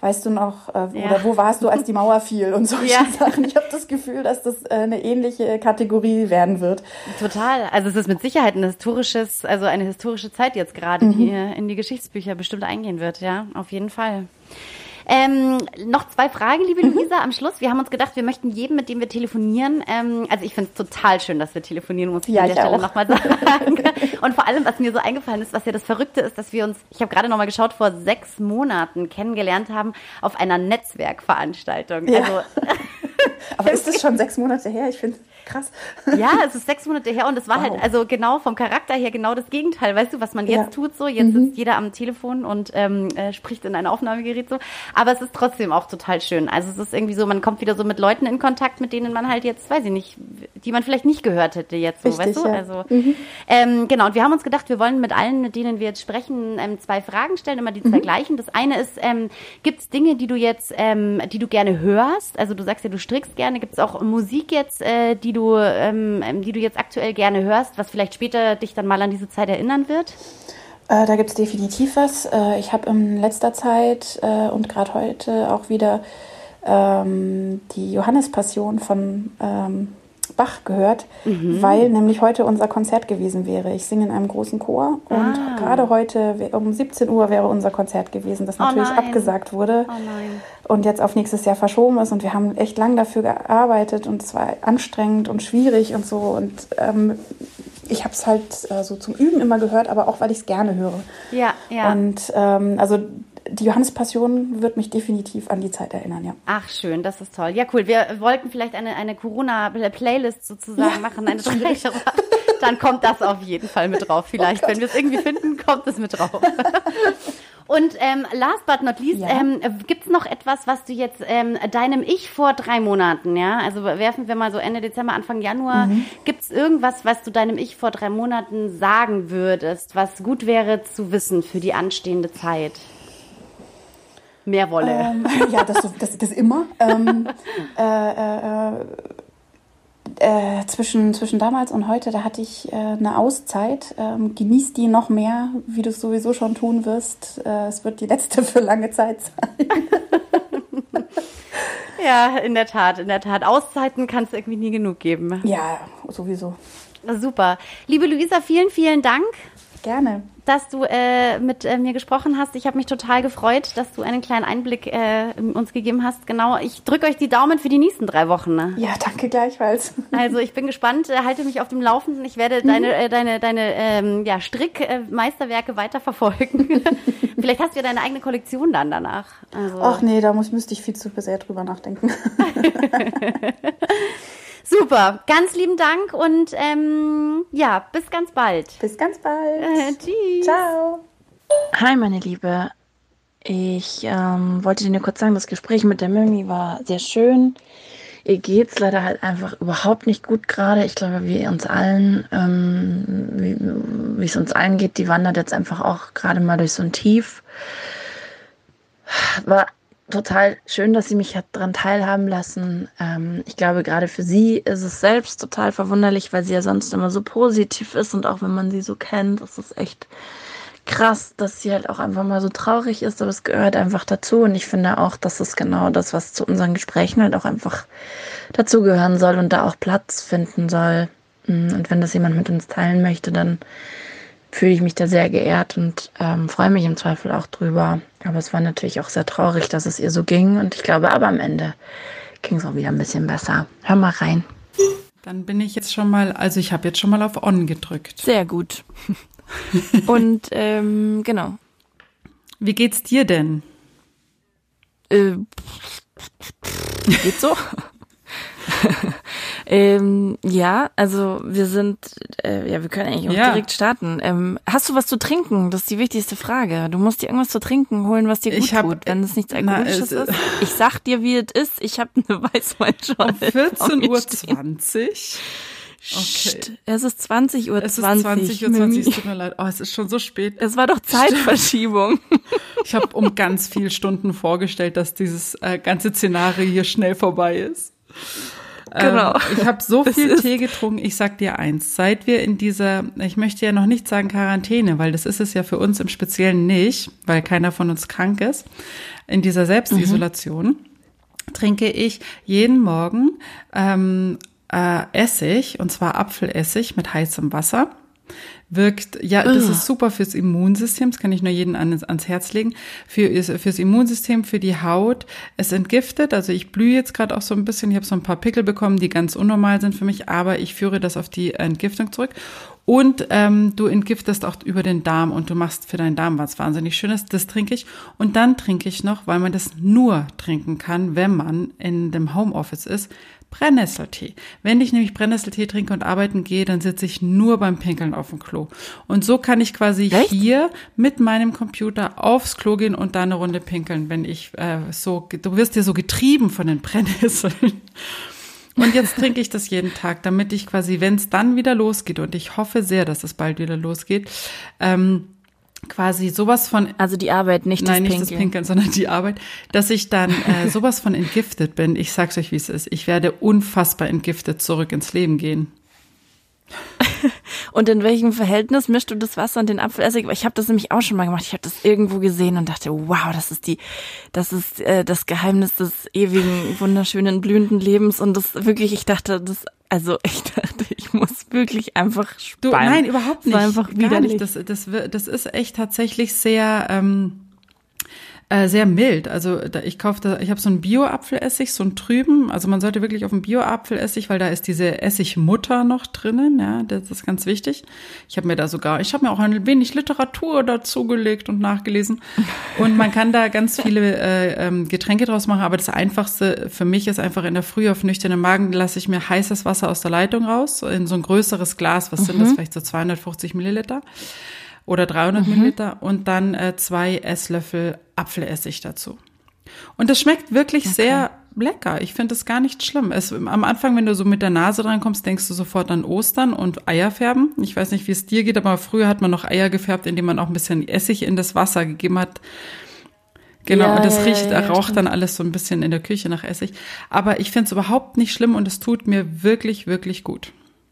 weißt du noch, äh, Ja. oder wo warst du, als die Mauer fiel und solche Ja. Sachen. Ich habe das Gefühl, dass das äh, eine ähnliche Kategorie werden wird. Total. Also es ist mit Sicherheit ein historisches, also eine historische Zeit jetzt gerade, Mhm. die in die Geschichtsbücher bestimmt eingehen wird, ja, auf jeden Fall. Ähm, noch zwei Fragen, liebe Mhm. Luisa, am Schluss. Wir haben uns gedacht, wir möchten jedem, mit dem wir telefonieren, ähm, also ich finde es total schön, dass wir telefonieren, muss ich Ja, an der ich Stelle auch. nochmal sagen. Und vor allem, was mir so eingefallen ist, was ja das Verrückte ist, dass wir uns, ich habe gerade nochmal geschaut, vor sechs Monaten kennengelernt haben auf einer Netzwerkveranstaltung. Ja. Also Aber ist das schon sechs Monate her? Ich finde krass. ja, es ist sechs Monate her und es war Wow. halt, also genau vom Charakter her genau das Gegenteil. Weißt du, was man jetzt Ja. tut so? Jetzt sitzt jeder am Telefon und ähm, äh, spricht in ein Aufnahmegerät so. Aber es ist trotzdem auch total schön. Also es ist irgendwie so, man kommt wieder so mit Leuten in Kontakt, mit denen man halt jetzt, weiß ich nicht, die man vielleicht nicht gehört hätte jetzt so, Richtig, weißt du? ja. Also ähm, genau, und wir haben uns gedacht, wir wollen mit allen, mit denen wir jetzt sprechen, ähm, zwei Fragen stellen, immer die zwei gleichen. Das eine ist, ähm, gibt es Dinge, die du jetzt, ähm, die du gerne hörst? Also du sagst ja, du strickst gerne. Gibt es auch Musik jetzt, äh, die du ähm, die du jetzt aktuell gerne hörst, was vielleicht später dich dann mal an diese Zeit erinnern wird? Äh, da gibt es definitiv was. Äh, ich habe in letzter Zeit äh, und gerade heute auch wieder ähm, die Johannespassion von ähm, Bach gehört, weil nämlich heute unser Konzert gewesen wäre. Ich singe in einem großen Chor und Ah. gerade heute we- um siebzehn Uhr wäre unser Konzert gewesen, das Oh natürlich nein. abgesagt wurde Oh nein. und jetzt auf nächstes Jahr verschoben ist und wir haben echt lang dafür gearbeitet und es war anstrengend und schwierig und so und ähm, ich habe es halt äh, so zum Üben immer gehört, aber auch, weil ich es gerne höre. Ja, ja. Und ähm, also die Johannespassion wird mich definitiv an die Zeit erinnern, ja. Ach, schön, das ist toll. Ja, cool. Wir wollten vielleicht eine, eine Corona-Playlist sozusagen Ja, machen, eine schwierig. dreiere. Dann kommt das auf jeden Fall mit drauf. Vielleicht, Oh Gott. wenn wir es irgendwie finden, kommt es mit drauf. Und ähm, last but not least, Ja. ähm, gibt es noch etwas, was du jetzt ähm, deinem Ich vor drei Monaten, ja, also werfen wir mal so Ende Dezember, Anfang Januar, Mhm. gibt es irgendwas, was du deinem Ich vor drei Monaten sagen würdest, was gut wäre zu wissen für die anstehende Zeit? Mehr Wolle. Ähm, ja, das, so- das, das immer. Ähm, äh, äh, äh, zwischen, zwischen damals und heute, da hatte ich äh, eine Auszeit. Ähm, genieß die noch mehr, wie du es sowieso schon tun wirst. Äh, es wird die letzte für lange Zeit sein. Ja, in der Tat, in der Tat. Auszeiten kann es irgendwie nie genug geben. Ja, sowieso. Super. Liebe Luisa, vielen, vielen Dank, Gerne. dass du äh, mit äh, mir gesprochen hast. Ich habe mich total gefreut, dass du einen kleinen Einblick äh, uns gegeben hast. Genau, ich drücke euch die Daumen für die nächsten drei Wochen. Ne? Ja, danke gleichfalls. Also ich bin gespannt, äh, halte mich auf dem Laufenden. Ich werde deine, äh, deine, deine ähm, ja, Strick-Meisterwerke weiterverfolgen. Vielleicht hast du ja deine eigene Kollektion dann danach. Also. Ach nee, da muss, müsste ich viel zu sehr drüber nachdenken. Super, ganz lieben Dank und ähm, ja, bis ganz bald. Bis ganz bald. Äh, tschüss. Ciao. Hi, meine Liebe. Ich ähm, wollte dir nur kurz sagen, das Gespräch mit der Mimi war sehr schön. Ihr geht's leider halt einfach überhaupt nicht gut gerade. Ich glaube, wie uns allen, ähm, wie, wie es uns allen geht, die wandert jetzt einfach auch gerade mal durch so ein Tief. War total schön, dass sie mich hat daran teilhaben lassen. Ähm, ich glaube, gerade für sie ist es selbst total verwunderlich, weil sie ja sonst immer so positiv ist und auch wenn man sie so kennt, ist es echt krass, dass sie halt auch einfach mal so traurig ist, aber es gehört einfach dazu und ich finde auch, dass es genau das, was zu unseren Gesprächen halt auch einfach dazugehören soll und da auch Platz finden soll. Und wenn das jemand mit uns teilen möchte, dann fühle ich mich da sehr geehrt und ähm, freue mich im Zweifel auch drüber. Aber es war natürlich auch sehr traurig, dass es ihr so ging und ich glaube, aber am Ende ging es auch wieder ein bisschen besser. Hör mal rein. Dann bin ich jetzt schon mal, also ich habe jetzt schon mal auf On gedrückt. Sehr gut. Und ähm, genau. Wie geht's dir denn? Äh, geht so. ähm, ja, also wir sind, äh, ja, wir können eigentlich auch Ja. direkt starten. Ähm, hast du was zu trinken? Das ist die wichtigste Frage. Du musst dir irgendwas zu trinken holen, was dir gut Ich hab- tut, wenn es nichts na, Alkoholisches es- ist. Ich sag dir, wie es ist. Ich habe eine Weißweinschorle. Um vierzehn Uhr stehen. zwanzig. Okay. Psst, es ist zwanzig Uhr Es ist zwanzig. zwanzig Uhr zwanzig, es Mimi. tut mir leid. Oh, es ist schon so spät. Es war doch Zeitverschiebung. Ich habe um ganz viele Stunden vorgestellt, dass dieses äh, ganze Szenario hier schnell vorbei ist. Genau. Ähm, ich habe so viel Tee getrunken. Ich sag dir eins, seit wir in dieser, ich möchte ja noch nicht sagen Quarantäne, weil das ist es ja für uns im Speziellen nicht, weil keiner von uns krank ist, in dieser Selbstisolation, mhm. trinke ich jeden Morgen ähm, äh, Essig, und zwar Apfelessig mit heißem Wasser. Wirkt, ja, das ist super fürs Immunsystem, das kann ich nur jedem ans, ans Herz legen, für, fürs Immunsystem, für die Haut. Es entgiftet, also ich blühe jetzt gerade auch so ein bisschen, ich habe so ein paar Pickel bekommen, die ganz unnormal sind für mich, aber ich führe das auf die Entgiftung zurück. Und ähm, du entgiftest auch über den Darm und du machst für deinen Darm was wahnsinnig Schönes, das trinke ich. Und dann trinke ich noch, weil man das nur trinken kann, wenn man in dem Homeoffice ist, Brennnesseltee. Wenn ich nämlich Brennnesseltee trinke und arbeiten gehe, dann sitze ich nur beim Pinkeln auf dem Klo. Und so kann ich quasi Echt? hier mit meinem Computer aufs Klo gehen und da eine Runde pinkeln, wenn ich äh, so, du wirst ja so getrieben von den Brennnesseln. Und jetzt trinke ich das jeden Tag, damit ich quasi, wenn es dann wieder losgeht, und ich hoffe sehr, dass es bald wieder losgeht, ähm, quasi sowas von, also die Arbeit, nicht nein, das nicht Pinkeln. das Pinkeln, sondern die Arbeit, dass ich dann äh, sowas von entgiftet bin. Ich sag's euch, wie es ist. Ich werde unfassbar entgiftet zurück ins Leben gehen. Und in welchem Verhältnis mischst du das Wasser und den Apfelessig? Ich habe das nämlich auch schon mal gemacht. Ich habe das irgendwo gesehen und dachte, wow, das ist die, das ist äh, das Geheimnis des ewigen, wunderschönen, blühenden Lebens. Und das wirklich, ich dachte, das, also ich dachte, ich muss wirklich einfach speien. Du, nein, überhaupt nicht. Das war einfach Gar widerlich. nicht. Das, das, das ist echt tatsächlich sehr, ähm, äh, sehr mild. Also da, ich kaufe da, ich habe so einen Bio-Apfelessig, so einen trüben. Also man sollte wirklich auf einen Bio-Apfelessig, weil da ist diese Essigmutter noch drinnen. Ja, das ist ganz wichtig. Ich habe mir da sogar, ich habe mir auch ein wenig Literatur dazugelegt und nachgelesen. Und man kann da ganz viele äh, ähm, Getränke draus machen. Aber das Einfachste für mich ist einfach in der Früh auf nüchternen Magen lasse ich mir heißes Wasser aus der Leitung raus in so ein größeres Glas. Was mhm. sind das? Vielleicht so zweihundertfünfzig Milliliter. Oder dreihundert mhm. Milliliter und dann äh, zwei Esslöffel Apfelessig dazu. Und das schmeckt wirklich okay. sehr lecker. Ich finde es gar nicht schlimm. Es, am Anfang, wenn du so mit der Nase drankommst, denkst du sofort an Ostern und Eier färben. Ich weiß nicht, wie es dir geht, aber früher hat man noch Eier gefärbt, indem man auch ein bisschen Essig in das Wasser gegeben hat. Genau, ja, und das riecht, ja, ja, raucht stimmt. dann alles so ein bisschen in der Küche nach Essig. Aber ich finde es überhaupt nicht schlimm und es tut mir wirklich, wirklich gut.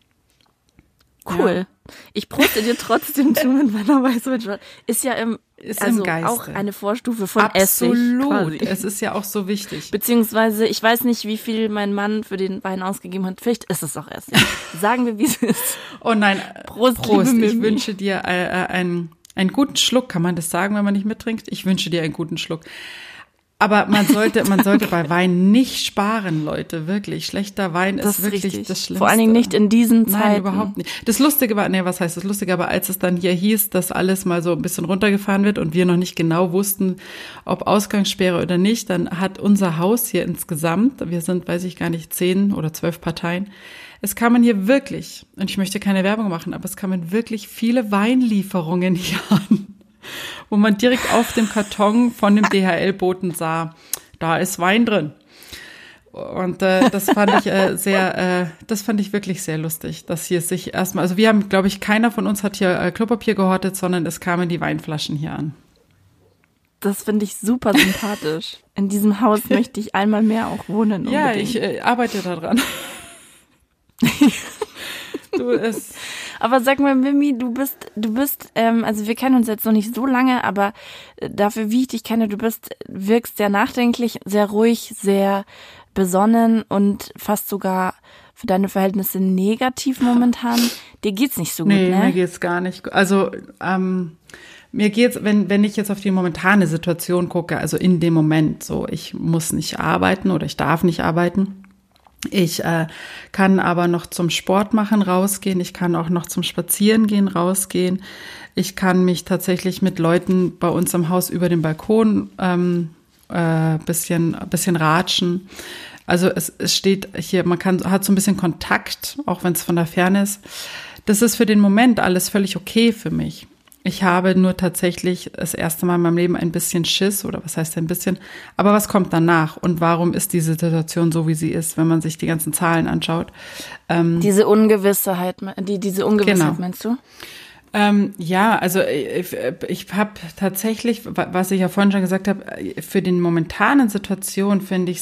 Cool. Ja. Ich proste dir trotzdem zu mit meiner Weißweinschorle. Ist ja im, ist also im Geiste. Auch eine Vorstufe von Absolut. Essig. Absolut. Es ist ja auch so wichtig. Beziehungsweise, ich weiß nicht, wie viel mein Mann für den Wein ausgegeben hat. Vielleicht ist es auch Essig. Sagen wir, wie es ist. Oh nein, Prost, Prost. Liebe Ich Mimi. wünsche dir äh, einen, einen guten Schluck. Kann man das sagen, wenn man nicht mittrinkt? Ich wünsche dir einen guten Schluck. Aber man sollte, man sollte bei Wein nicht sparen, Leute, wirklich. Schlechter Wein ist, ist wirklich richtig. Das Schlimmste. Vor allen Dingen nicht in diesen Zeiten. Nein, überhaupt nicht. Das Lustige war, nee, was heißt das Lustige, aber als es dann hier hieß, dass alles mal so ein bisschen runtergefahren wird und wir noch nicht genau wussten, ob Ausgangssperre oder nicht, dann hat unser Haus hier insgesamt, wir sind, weiß ich gar nicht, zehn oder zwölf Parteien, es kamen hier wirklich, und ich möchte keine Werbung machen, aber es kamen wirklich viele Weinlieferungen hier an, wo man direkt auf dem Karton von dem D H L-Boten sah, da ist Wein drin. Und äh, das fand ich äh, sehr, äh, das fand ich wirklich sehr lustig, dass hier sich erstmal, also wir haben, glaube ich, keiner von uns hat hier äh, Klopapier gehortet, sondern es kamen die Weinflaschen hier an. Das finde ich super sympathisch. In diesem Haus möchte ich einmal mehr auch wohnen. Unbedingt. Ja, ich äh, arbeite daran. Du, es aber sag mal, Mimi, du bist, du bist, ähm, also wir kennen uns jetzt noch nicht so lange, aber dafür, wie ich dich kenne, du bist, wirkst sehr nachdenklich, sehr ruhig, sehr besonnen und fast sogar für deine Verhältnisse negativ momentan. Dir geht's nicht so gut, nee, ne? Nee, mir geht's gar nicht gut. Also, ähm, mir geht's, wenn, wenn ich jetzt auf die momentane Situation gucke, also in dem Moment so, ich muss nicht arbeiten oder ich darf nicht arbeiten. Ich äh, kann aber noch zum Sport machen rausgehen, ich kann auch noch zum Spazierengehen rausgehen, ich kann mich tatsächlich mit Leuten bei uns im Haus über den Balkon ähm, äh, bisschen bisschen ratschen. Also es, es steht hier, man kann hat so ein bisschen Kontakt, auch wenn es von der Ferne ist. Das ist für den Moment alles völlig okay für mich. Ich habe nur tatsächlich das erste Mal in meinem Leben ein bisschen Schiss, oder was heißt ein bisschen, aber was kommt danach und warum ist diese Situation so, wie sie ist, wenn man sich die ganzen Zahlen anschaut? Ähm, diese Ungewissheit, die, diese Ungewissheit genau. Meinst du? Ähm, ja, also ich, ich habe tatsächlich, was ich ja vorhin schon gesagt habe, für den momentanen Situation finde ich es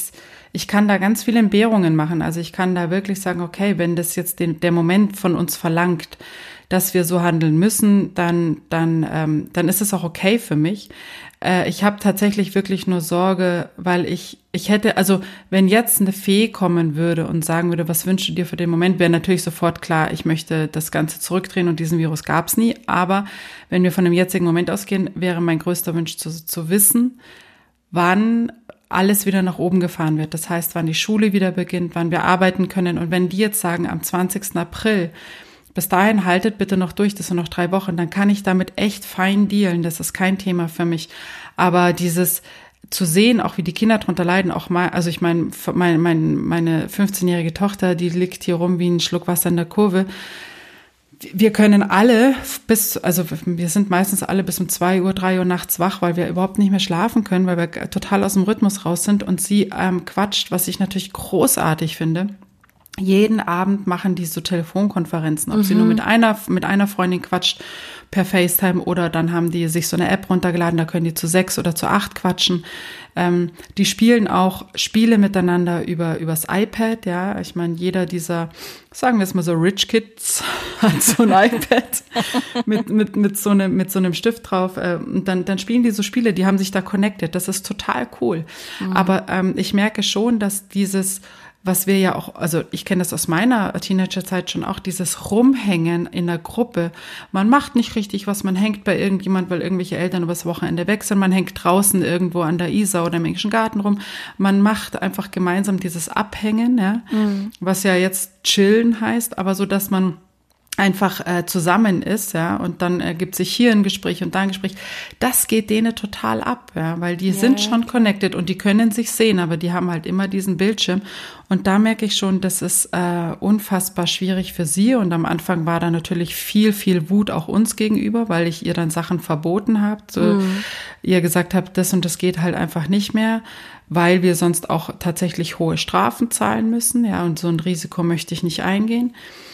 ich kann da ganz viele Entbehrungen machen. Also ich kann da wirklich sagen, okay, wenn das jetzt den, der Moment von uns verlangt, dass wir so handeln müssen, dann, dann, ähm, dann ist es auch okay für mich. Äh, ich habe tatsächlich wirklich nur Sorge, weil ich, ich hätte, also wenn jetzt eine Fee kommen würde und sagen würde, was wünschst du dir für den Moment, wäre natürlich sofort klar, ich möchte das Ganze zurückdrehen und diesen Virus gab's nie. Aber wenn wir von dem jetzigen Moment ausgehen, wäre mein größter Wunsch zu, zu wissen, wann alles wieder nach oben gefahren wird. Das heißt, wann die Schule wieder beginnt, wann wir arbeiten können. Und wenn die jetzt sagen, am zwanzigsten April, bis dahin haltet bitte noch durch, das sind noch drei Wochen, dann kann ich damit echt fein dealen. Das ist kein Thema für mich. Aber dieses zu sehen, auch wie die Kinder drunter leiden, auch mal, also ich meine, mein, mein, meine fünfzehnjährige Tochter, die liegt hier rum wie ein Schluck Wasser in der Kurve. Wir können alle bis, also wir sind meistens alle bis um zwei Uhr, drei Uhr nachts wach, weil wir überhaupt nicht mehr schlafen können, weil wir total aus dem Rhythmus raus sind und sie ähm, quatscht, was ich natürlich großartig finde. Jeden Abend machen die so Telefonkonferenzen, ob mhm. sie nur mit einer, mit einer Freundin quatscht per FaceTime oder dann haben die sich so eine App runtergeladen, da können die zu sechs oder zu acht quatschen. Ähm, die spielen auch Spiele miteinander über, übers iPad, ja. Ich meine, jeder dieser, sagen wir es mal so, Rich Kids hat so ein iPad mit, mit, mit so einem, mit so einem Stift drauf. Äh, und dann, dann spielen die so Spiele, die haben sich da connected. Das ist total cool. Mhm. Aber ähm, ich merke schon, dass dieses, was wir ja auch, also ich kenne das aus meiner Teenagerzeit schon auch, dieses Rumhängen in der Gruppe. Man macht nicht richtig was, man hängt bei irgendjemand, weil irgendwelche Eltern übers Wochenende weg sind, man hängt draußen irgendwo an der Isar oder im englischen Garten rum. Man macht einfach gemeinsam dieses Abhängen, ja, mhm. was ja jetzt chillen heißt, aber so, dass man einfach äh, zusammen ist, ja, und dann ergibt sich hier ein Gespräch und da ein Gespräch. Das geht denen total ab, ja, weil die yeah. sind schon connected und die können sich sehen, aber die haben halt immer diesen Bildschirm. Und da merke ich schon, das ist äh, unfassbar schwierig für sie. Und am Anfang war da natürlich viel, viel Wut auch uns gegenüber, weil ich ihr dann Sachen verboten habe, so, mm. ihr gesagt habe, das und das geht halt einfach nicht mehr, weil wir sonst auch tatsächlich hohe Strafen zahlen müssen, ja, und so ein Risiko möchte ich nicht eingehen.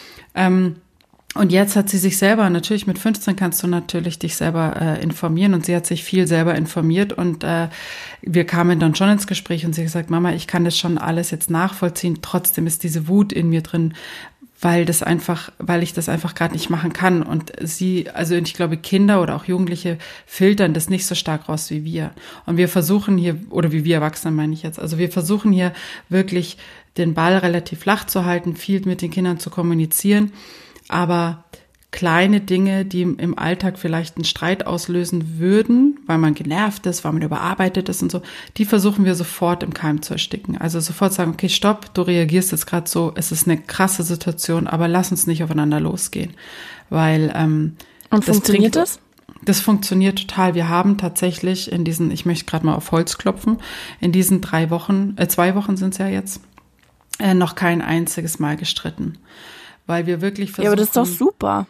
Ähm, Und jetzt hat sie sich selber, natürlich mit fünfzehn kannst du natürlich dich selber äh, informieren und sie hat sich viel selber informiert und äh, wir kamen dann schon ins Gespräch und sie hat gesagt, Mama, ich kann das schon alles jetzt nachvollziehen, trotzdem ist diese Wut in mir drin, weil das einfach, weil ich das einfach gerade nicht machen kann und sie, also ich glaube Kinder oder auch Jugendliche filtern das nicht so stark raus wie wir und wir versuchen hier, oder wie wir Erwachsene meine ich jetzt, also wir versuchen hier wirklich den Ball relativ flach zu halten, viel mit den Kindern zu kommunizieren. Aber kleine Dinge, die im Alltag vielleicht einen Streit auslösen würden, weil man genervt ist, weil man überarbeitet ist und so, die versuchen wir sofort im Keim zu ersticken. Also sofort sagen, okay, stopp, du reagierst jetzt gerade so, es ist eine krasse Situation, aber lass uns nicht aufeinander losgehen. Weil ähm, Und das funktioniert bringt, das? Das funktioniert total. Wir haben tatsächlich in diesen, ich möchte gerade mal auf Holz klopfen, in diesen drei Wochen, äh, zwei Wochen sind es ja jetzt, äh, noch kein einziges Mal gestritten. Weil wir wirklich versuchen. Ja, aber das ist doch super.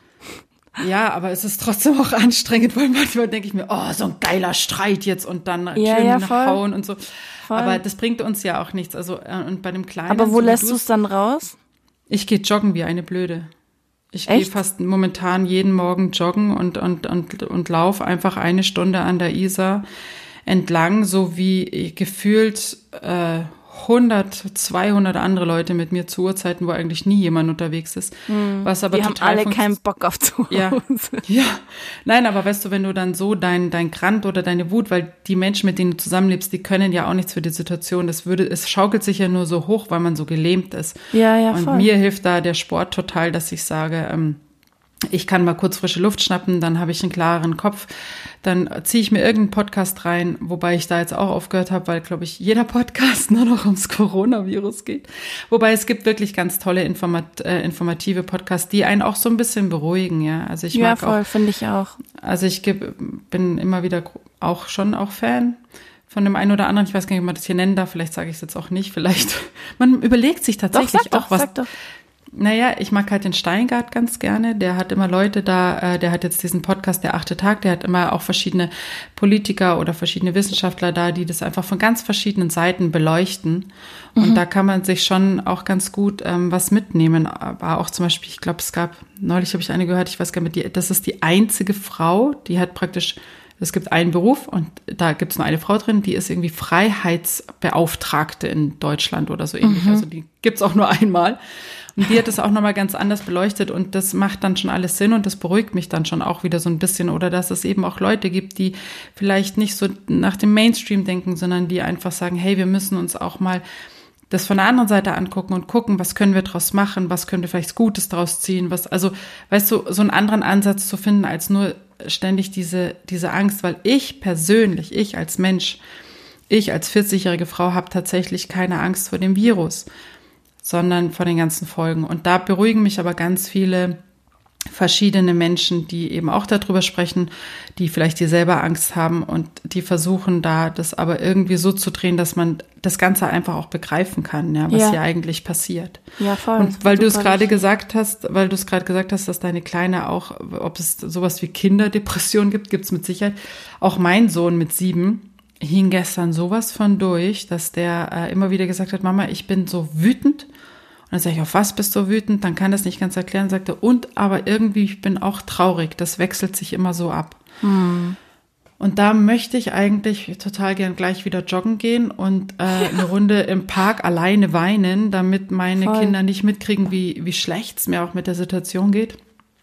Ja, aber es ist trotzdem auch anstrengend, weil manchmal denke ich mir, oh, so ein geiler Streit jetzt und dann ja, schön ja, nachhauen und so. Voll. Aber das bringt uns ja auch nichts. Also, und bei dem Kleinen. Aber wo so lässt du es dann raus? Ich gehe joggen wie eine Blöde. Ich gehe fast momentan jeden Morgen joggen und, und, und, und laufe einfach eine Stunde an der Isar entlang, so wie gefühlt, äh, hundert, zweihundert andere Leute mit mir zu Uhrzeiten, wo eigentlich nie jemand unterwegs ist. Hm. Was aber die total haben alle keinen Bock auf zu Hause. Ja, ja. Nein, aber weißt du, wenn du dann so dein, dein Grant oder deine Wut, weil die Menschen, mit denen du zusammenlebst, die können ja auch nichts für die Situation. Das würde, es schaukelt sich ja nur so hoch, weil man so gelähmt ist. Ja, ja, Und voll. mir hilft da der Sport total, dass ich sage, ähm, ich kann mal kurz frische Luft schnappen, dann habe ich einen klareren Kopf, dann ziehe ich mir irgendeinen Podcast rein, wobei ich da jetzt auch aufgehört habe, weil, glaube ich, jeder Podcast nur noch ums Coronavirus geht. Wobei es gibt wirklich ganz tolle Informat- äh, informative Podcasts, die einen auch so ein bisschen beruhigen, ja. Also ich ja, mag voll, auch, finde ich auch. Also ich geb, bin immer wieder auch schon auch Fan von dem einen oder anderen. Ich weiß gar nicht, ob man das hier nennen darf, vielleicht sage ich es jetzt auch nicht, vielleicht. Man überlegt sich tatsächlich doch, sag auch doch, was. Sag doch. Naja, ich mag halt den Steingart ganz gerne. Der hat immer Leute da, äh, der hat jetzt diesen Podcast, der achte Tag, der hat immer auch verschiedene Politiker oder verschiedene Wissenschaftler da, die das einfach von ganz verschiedenen Seiten beleuchten. Mhm. Und da kann man sich schon auch ganz gut ähm, was mitnehmen. Aber auch zum Beispiel, ich glaube, es gab, neulich habe ich eine gehört, ich weiß gar nicht, die, das ist die einzige Frau, die hat praktisch es gibt einen Beruf und da gibt es nur eine Frau drin, die ist irgendwie Freiheitsbeauftragte in Deutschland oder so ähnlich. Mhm. Also die gibt es auch nur einmal. Und die hat es auch nochmal ganz anders beleuchtet und das macht dann schon alles Sinn und das beruhigt mich dann schon auch wieder so ein bisschen. Oder dass es eben auch Leute gibt, die vielleicht nicht so nach dem Mainstream denken, sondern die einfach sagen, hey, wir müssen uns auch mal das von der anderen Seite angucken und gucken, was können wir draus machen, was können wir vielleicht Gutes draus ziehen, was, also, weißt du, so einen anderen Ansatz zu finden, als nur ständig diese, diese Angst, weil ich persönlich, ich als Mensch, ich als vierzigjährige Frau habe tatsächlich keine Angst vor dem Virus, sondern vor den ganzen Folgen. Und da beruhigen mich aber ganz viele verschiedene Menschen, die eben auch darüber sprechen, die vielleicht dieselbe Angst haben und die versuchen da das aber irgendwie so zu drehen, dass man das Ganze einfach auch begreifen kann, ja, was ja. hier eigentlich passiert. Ja, voll. Und weil du es gerade gesagt hast, weil du es gerade gesagt hast, dass deine Kleine auch, ob es sowas wie Kinderdepression gibt, gibt es mit Sicherheit. Auch mein Sohn mit sieben hing gestern sowas von durch, dass der äh, immer wieder gesagt hat, Mama, ich bin so wütend. Und dann sage ich, auf was bist du wütend? Dann kann das nicht ganz erklären. Sagte, und aber irgendwie, ich bin auch traurig. Das wechselt sich immer so ab. Hm. Und da möchte ich eigentlich total gern gleich wieder joggen gehen und äh, eine Runde im Park alleine weinen, damit meine Voll. Kinder nicht mitkriegen, wie, wie schlecht es mir auch mit der Situation geht.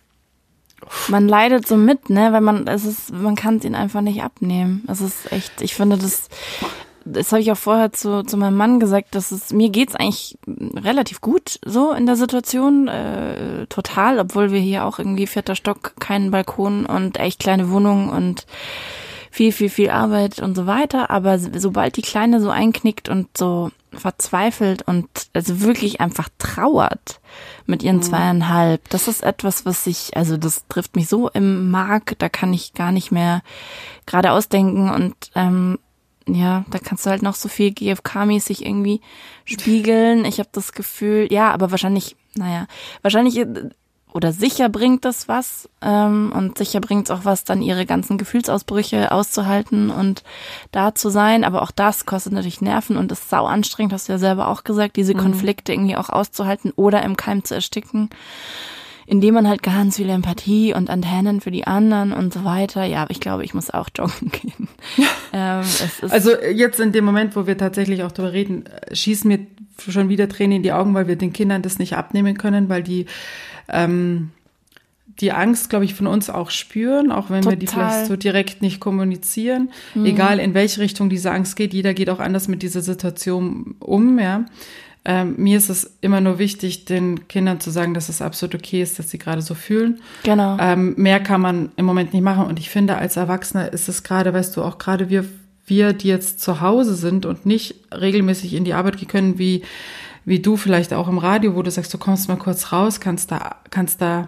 Man leidet so mit, ne, weil man, es ist, man kann es ihnen einfach nicht abnehmen. Es ist echt, ich finde das, das habe ich auch vorher zu, zu meinem Mann gesagt, dass es, mir geht's eigentlich relativ gut so in der Situation, äh, total, obwohl wir hier auch irgendwie vierter Stock, keinen Balkon und echt kleine Wohnung und viel, viel, viel Arbeit und so weiter. Aber sobald die Kleine so einknickt und so verzweifelt und also wirklich einfach trauert mit ihren mhm. zweieinhalb, das ist etwas, was ich, also das trifft mich so im Mark, da kann ich gar nicht mehr gerade ausdenken und ähm, ja, da kannst du halt noch so viel G F K-mäßig irgendwie spiegeln. Ich habe das Gefühl, ja, aber wahrscheinlich, naja, wahrscheinlich oder sicher bringt das was ähm, und sicher bringt es auch was, dann ihre ganzen Gefühlsausbrüche auszuhalten und da zu sein. Aber auch das kostet natürlich Nerven und ist sau anstrengend, hast du ja selber auch gesagt, diese Konflikte irgendwie auch auszuhalten oder im Keim zu ersticken, indem man halt ganz viel Empathie und Antennen für die anderen und so weiter. Ja, aber ich glaube, ich muss auch joggen gehen. ähm, es ist also jetzt in dem Moment, wo wir tatsächlich auch darüber reden, schießen mir schon wieder Tränen in die Augen, weil wir den Kindern das nicht abnehmen können, weil die ähm, die Angst, glaube ich, von uns auch spüren, auch wenn Total. wir die vielleicht so direkt nicht kommunizieren. Mhm. Egal, in welche Richtung diese Angst geht, jeder geht auch anders mit dieser Situation um, ja. Ähm, mir ist es immer nur wichtig, den Kindern zu sagen, dass es absolut okay ist, dass sie gerade so fühlen. Genau. Ähm, mehr kann man im Moment nicht machen. Und ich finde, als Erwachsener ist es gerade, weißt du, auch gerade wir, wir, die jetzt zu Hause sind und nicht regelmäßig in die Arbeit gehen können, wie, wie du vielleicht auch im Radio, wo du sagst, du kommst mal kurz raus, kannst da, kannst da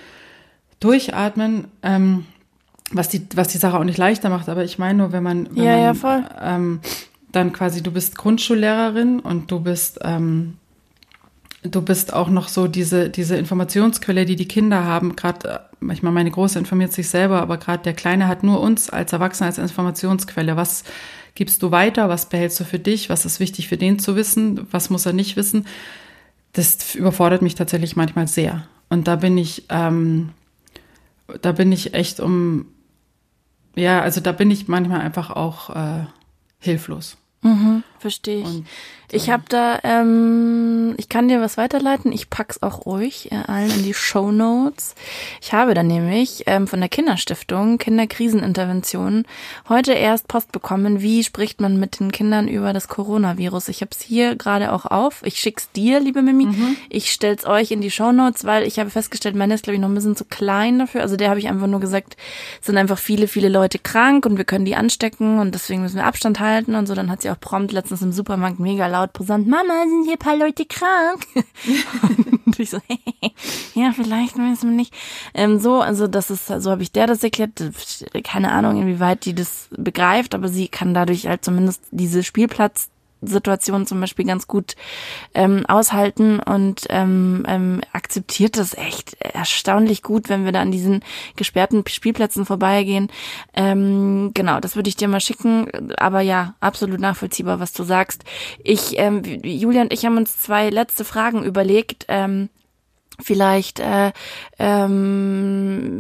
durchatmen, ähm, was die, was die Sache auch nicht leichter macht. Aber ich meine nur, wenn man, wenn ja, man, ja, voll. Ähm, dann quasi, du bist Grundschullehrerin und du bist, ähm, du bist auch noch so diese, diese Informationsquelle, die die Kinder haben. Gerade, manchmal meine Große informiert sich selber, aber gerade der Kleine hat nur uns als Erwachsene als Informationsquelle. Was gibst du weiter? Was behältst du für dich? Was ist wichtig für den zu wissen? Was muss er nicht wissen? Das überfordert mich tatsächlich manchmal sehr. Und da bin ich, ähm, da bin ich echt um, ja, also da bin ich manchmal einfach auch äh, hilflos. Mhm, verstehe ich. Und, äh, ich habe da, ähm, ich kann dir was weiterleiten. Ich pack's auch euch äh, allen in die Shownotes. Ich habe da nämlich ähm, von der Kinderstiftung Kinderkrisenintervention heute erst Post bekommen. Wie spricht man mit den Kindern über das Coronavirus? Ich habe es hier gerade auch auf. Ich schick's dir, liebe Mimi. Mhm. Ich stell's euch in die Shownotes, weil ich habe festgestellt, meine ist glaube ich noch ein bisschen zu klein dafür. Also der habe ich einfach nur gesagt, es sind einfach viele, viele Leute krank und wir können die anstecken und deswegen müssen wir Abstand halten und so. Dann hat sie auch prompt letztens im Supermarkt mega laut präsent, Mama, sind hier ein paar Leute krank? Und ich so, ja, vielleicht, weiß man nicht. Ähm, so, also das ist, so habe ich der das erklärt. Keine Ahnung, inwieweit die das begreift, aber sie kann dadurch halt zumindest diese Spielplatz Situation zum Beispiel ganz gut ähm, aushalten und ähm, ähm, akzeptiert das echt erstaunlich gut, wenn wir da an diesen gesperrten Spielplätzen vorbeigehen. Ähm, genau, das würde ich dir mal schicken, aber ja, absolut nachvollziehbar, was du sagst. Ich, ähm, Julia und ich haben uns zwei letzte Fragen überlegt, ähm, Vielleicht äh, ähm,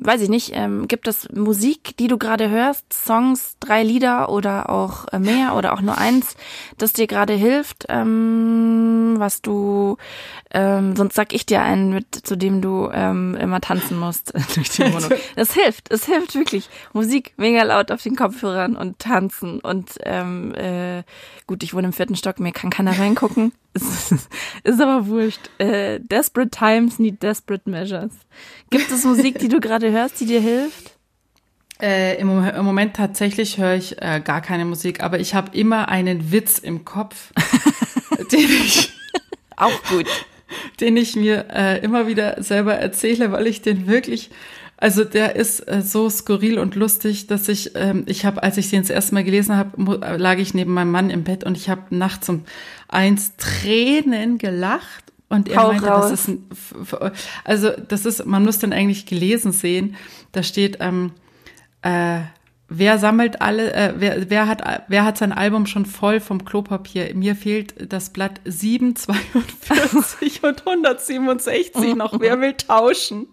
weiß ich nicht, ähm, gibt es Musik, die du gerade hörst, Songs, drei Lieder oder auch äh, mehr oder auch nur eins, das dir gerade hilft, ähm, was du, ähm, sonst sag ich dir einen, mit, zu dem du ähm, immer tanzen musst durch die Wohnung. Das hilft, es hilft wirklich. Musik mega laut auf den Kopfhörern und tanzen und ähm, äh, gut, ich wohne im vierten Stock, mir kann keiner reingucken. Ist, ist aber wurscht. Äh, desperate times need desperate measures. Gibt es Musik, die du gerade hörst, die dir hilft? Äh, im, Moment, Im Moment tatsächlich höre ich äh, gar keine Musik, aber ich habe immer einen Witz im Kopf, den ich auch gut, den ich mir äh, immer wieder selber erzähle, weil ich den wirklich, also der ist äh, so skurril und lustig, dass ich, ähm, ich habe, als ich den das erste Mal gelesen habe, lag ich neben meinem Mann im Bett und ich habe nachts um eins Tränen gelacht und er Hau meinte, raus. das ist ein, also das ist, man muss den eigentlich gelesen sehen. Da steht, ähm, äh, wer sammelt alle, äh, wer, wer hat, wer hat sein Album schon voll vom Klopapier? Mir fehlt das Blatt sieben, zweiundvierzig und hundertsiebenundsechzig noch. Wer will tauschen?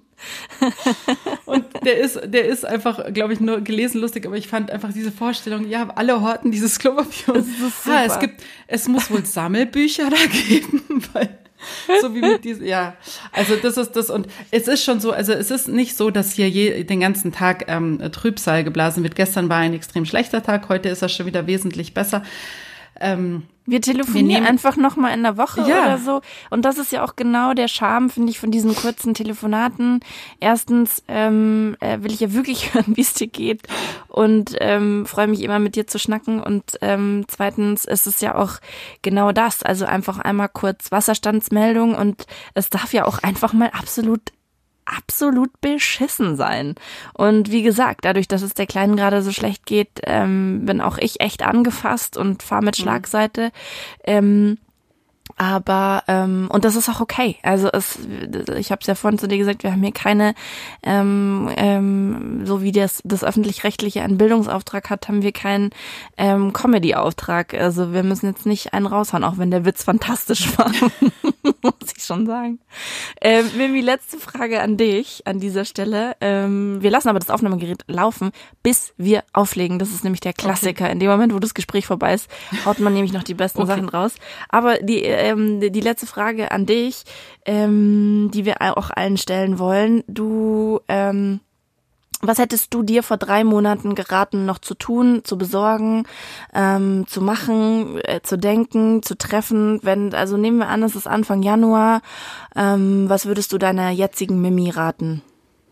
Und der ist, der ist einfach, glaube ich, nur gelesen lustig, aber ich fand einfach diese Vorstellung, ja, alle horten dieses Klopapier. Das ist super. Ah, es gibt, es muss wohl Sammelbücher da geben, weil, so wie mit diesem, ja, also das ist das und es ist schon so, also es ist nicht so, dass hier je, den ganzen Tag ähm, Trübsal geblasen wird. Gestern war ein extrem schlechter Tag, heute ist er schon wieder wesentlich besser. Ähm, Wir telefonieren wir einfach noch mal in der Woche ja. oder so. Und das ist ja auch genau der Charme, finde ich, von diesen kurzen Telefonaten. Erstens ähm, äh, will ich ja wirklich hören, wie es dir geht und ähm, freue mich immer, mit dir zu schnacken. Und ähm, zweitens ist es ja auch genau das. Also einfach einmal kurz Wasserstandsmeldung und es darf ja auch einfach mal absolut absolut beschissen sein. Und wie gesagt, dadurch, dass es der Kleinen gerade so schlecht geht, ähm, bin auch ich echt angefasst und fahre mit Schlagseite. Ähm, aber, ähm, und das ist auch okay. Also es, ich habe es ja vorhin zu dir gesagt, wir haben hier keine, ähm, ähm, so wie das, das Öffentlich-Rechtliche einen Bildungsauftrag hat, haben wir keinen ähm, Comedy-Auftrag. Also wir müssen jetzt nicht einen raushauen, auch wenn der Witz fantastisch war. Muss ich schon sagen. Ähm, Mimi, letzte Frage an dich an dieser Stelle. Ähm, wir lassen aber das Aufnahmegerät laufen, bis wir auflegen. Das ist nämlich der Klassiker. Okay. In dem Moment, wo das Gespräch vorbei ist, haut man nämlich noch die besten okay. Sachen raus. Aber die, ähm, die letzte Frage an dich, ähm, die wir auch allen stellen wollen. Du, ähm, was hättest du dir vor drei Monaten geraten, noch zu tun, zu besorgen, ähm, zu machen, äh, zu denken, zu treffen? Wenn, also nehmen wir an, es ist Anfang Januar. Ähm, was würdest du deiner jetzigen Mimi raten?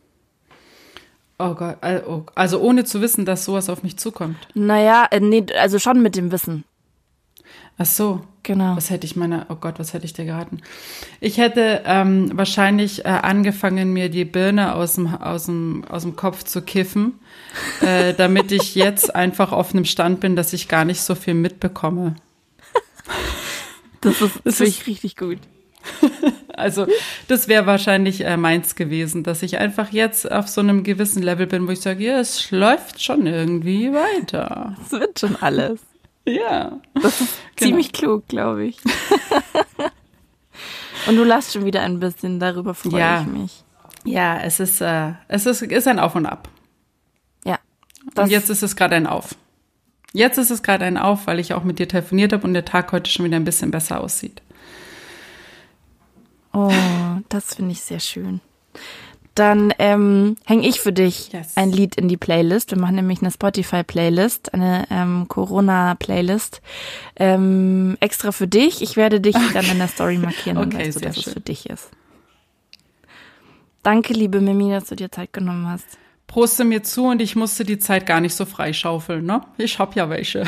Oh Gott, also ohne zu wissen, dass sowas auf mich zukommt. Naja, äh, nee, also schon mit dem Wissen. Ach so. Genau. Was hätte ich meiner, oh Gott, was hätte ich dir geraten? Ich hätte ähm, wahrscheinlich äh, angefangen, mir die Birne aus dem, aus dem, aus dem Kopf zu kiffen, äh, damit ich jetzt einfach auf einem Stand bin, dass ich gar nicht so viel mitbekomme. Das ist, das finde ich richtig gut. Also das wäre wahrscheinlich äh, meins gewesen, dass ich einfach jetzt auf so einem gewissen Level bin, wo ich sage, ja, es läuft schon irgendwie weiter. Es wird schon alles. Ja. Das ist genau. Ziemlich klug, glaube ich. Und du lachst schon wieder ein bisschen, darüber freue ja. ich mich. Ja, es ist, äh, es ist, ist ein Auf und Ab. Ja. Und jetzt ist es gerade ein Auf. Jetzt ist es gerade ein Auf, weil ich auch mit dir telefoniert habe und der Tag heute schon wieder ein bisschen besser aussieht. Oh, das finde ich sehr schön. Dann ähm, hänge ich für dich yes. ein Lied in die Playlist. Wir machen nämlich eine Spotify-Playlist, eine ähm, Corona-Playlist. Ähm, extra für dich. Ich werde dich okay. dann in der Story markieren, okay, dann weißt du, dass schön. es für dich ist. Danke, liebe Mimi, dass du dir Zeit genommen hast. Proste mir zu und ich musste die Zeit gar nicht so freischaufeln, ne? Ich hab ja welche.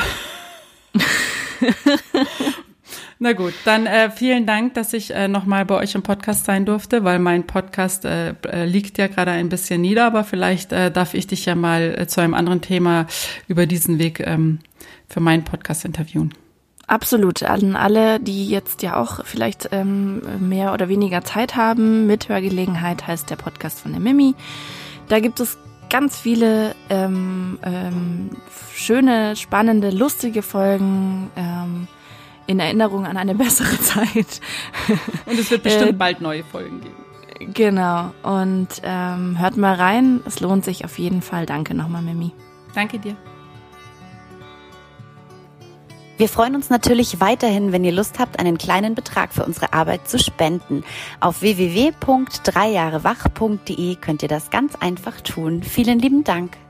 Na gut, dann äh, vielen Dank, dass ich äh, nochmal bei euch im Podcast sein durfte, weil mein Podcast äh, liegt ja gerade ein bisschen nieder, aber vielleicht äh, darf ich dich ja mal äh, zu einem anderen Thema über diesen Weg ähm, für meinen Podcast interviewen. Absolut, an alle, die jetzt ja auch vielleicht ähm, mehr oder weniger Zeit haben. Mithörgelegenheit heißt der Podcast von der Mimi. Da gibt es ganz viele ähm, ähm, schöne, spannende, lustige Folgen, ähm, in Erinnerung an eine bessere Zeit. Und es wird bestimmt äh, bald neue Folgen geben. Genau. Und ähm, hört mal rein. Es lohnt sich auf jeden Fall. Danke nochmal, Mimi. Danke dir. Wir freuen uns natürlich weiterhin, wenn ihr Lust habt, einen kleinen Betrag für unsere Arbeit zu spenden. Auf w w w punkt drei jahre wach punkt d e könnt ihr das ganz einfach tun. Vielen lieben Dank.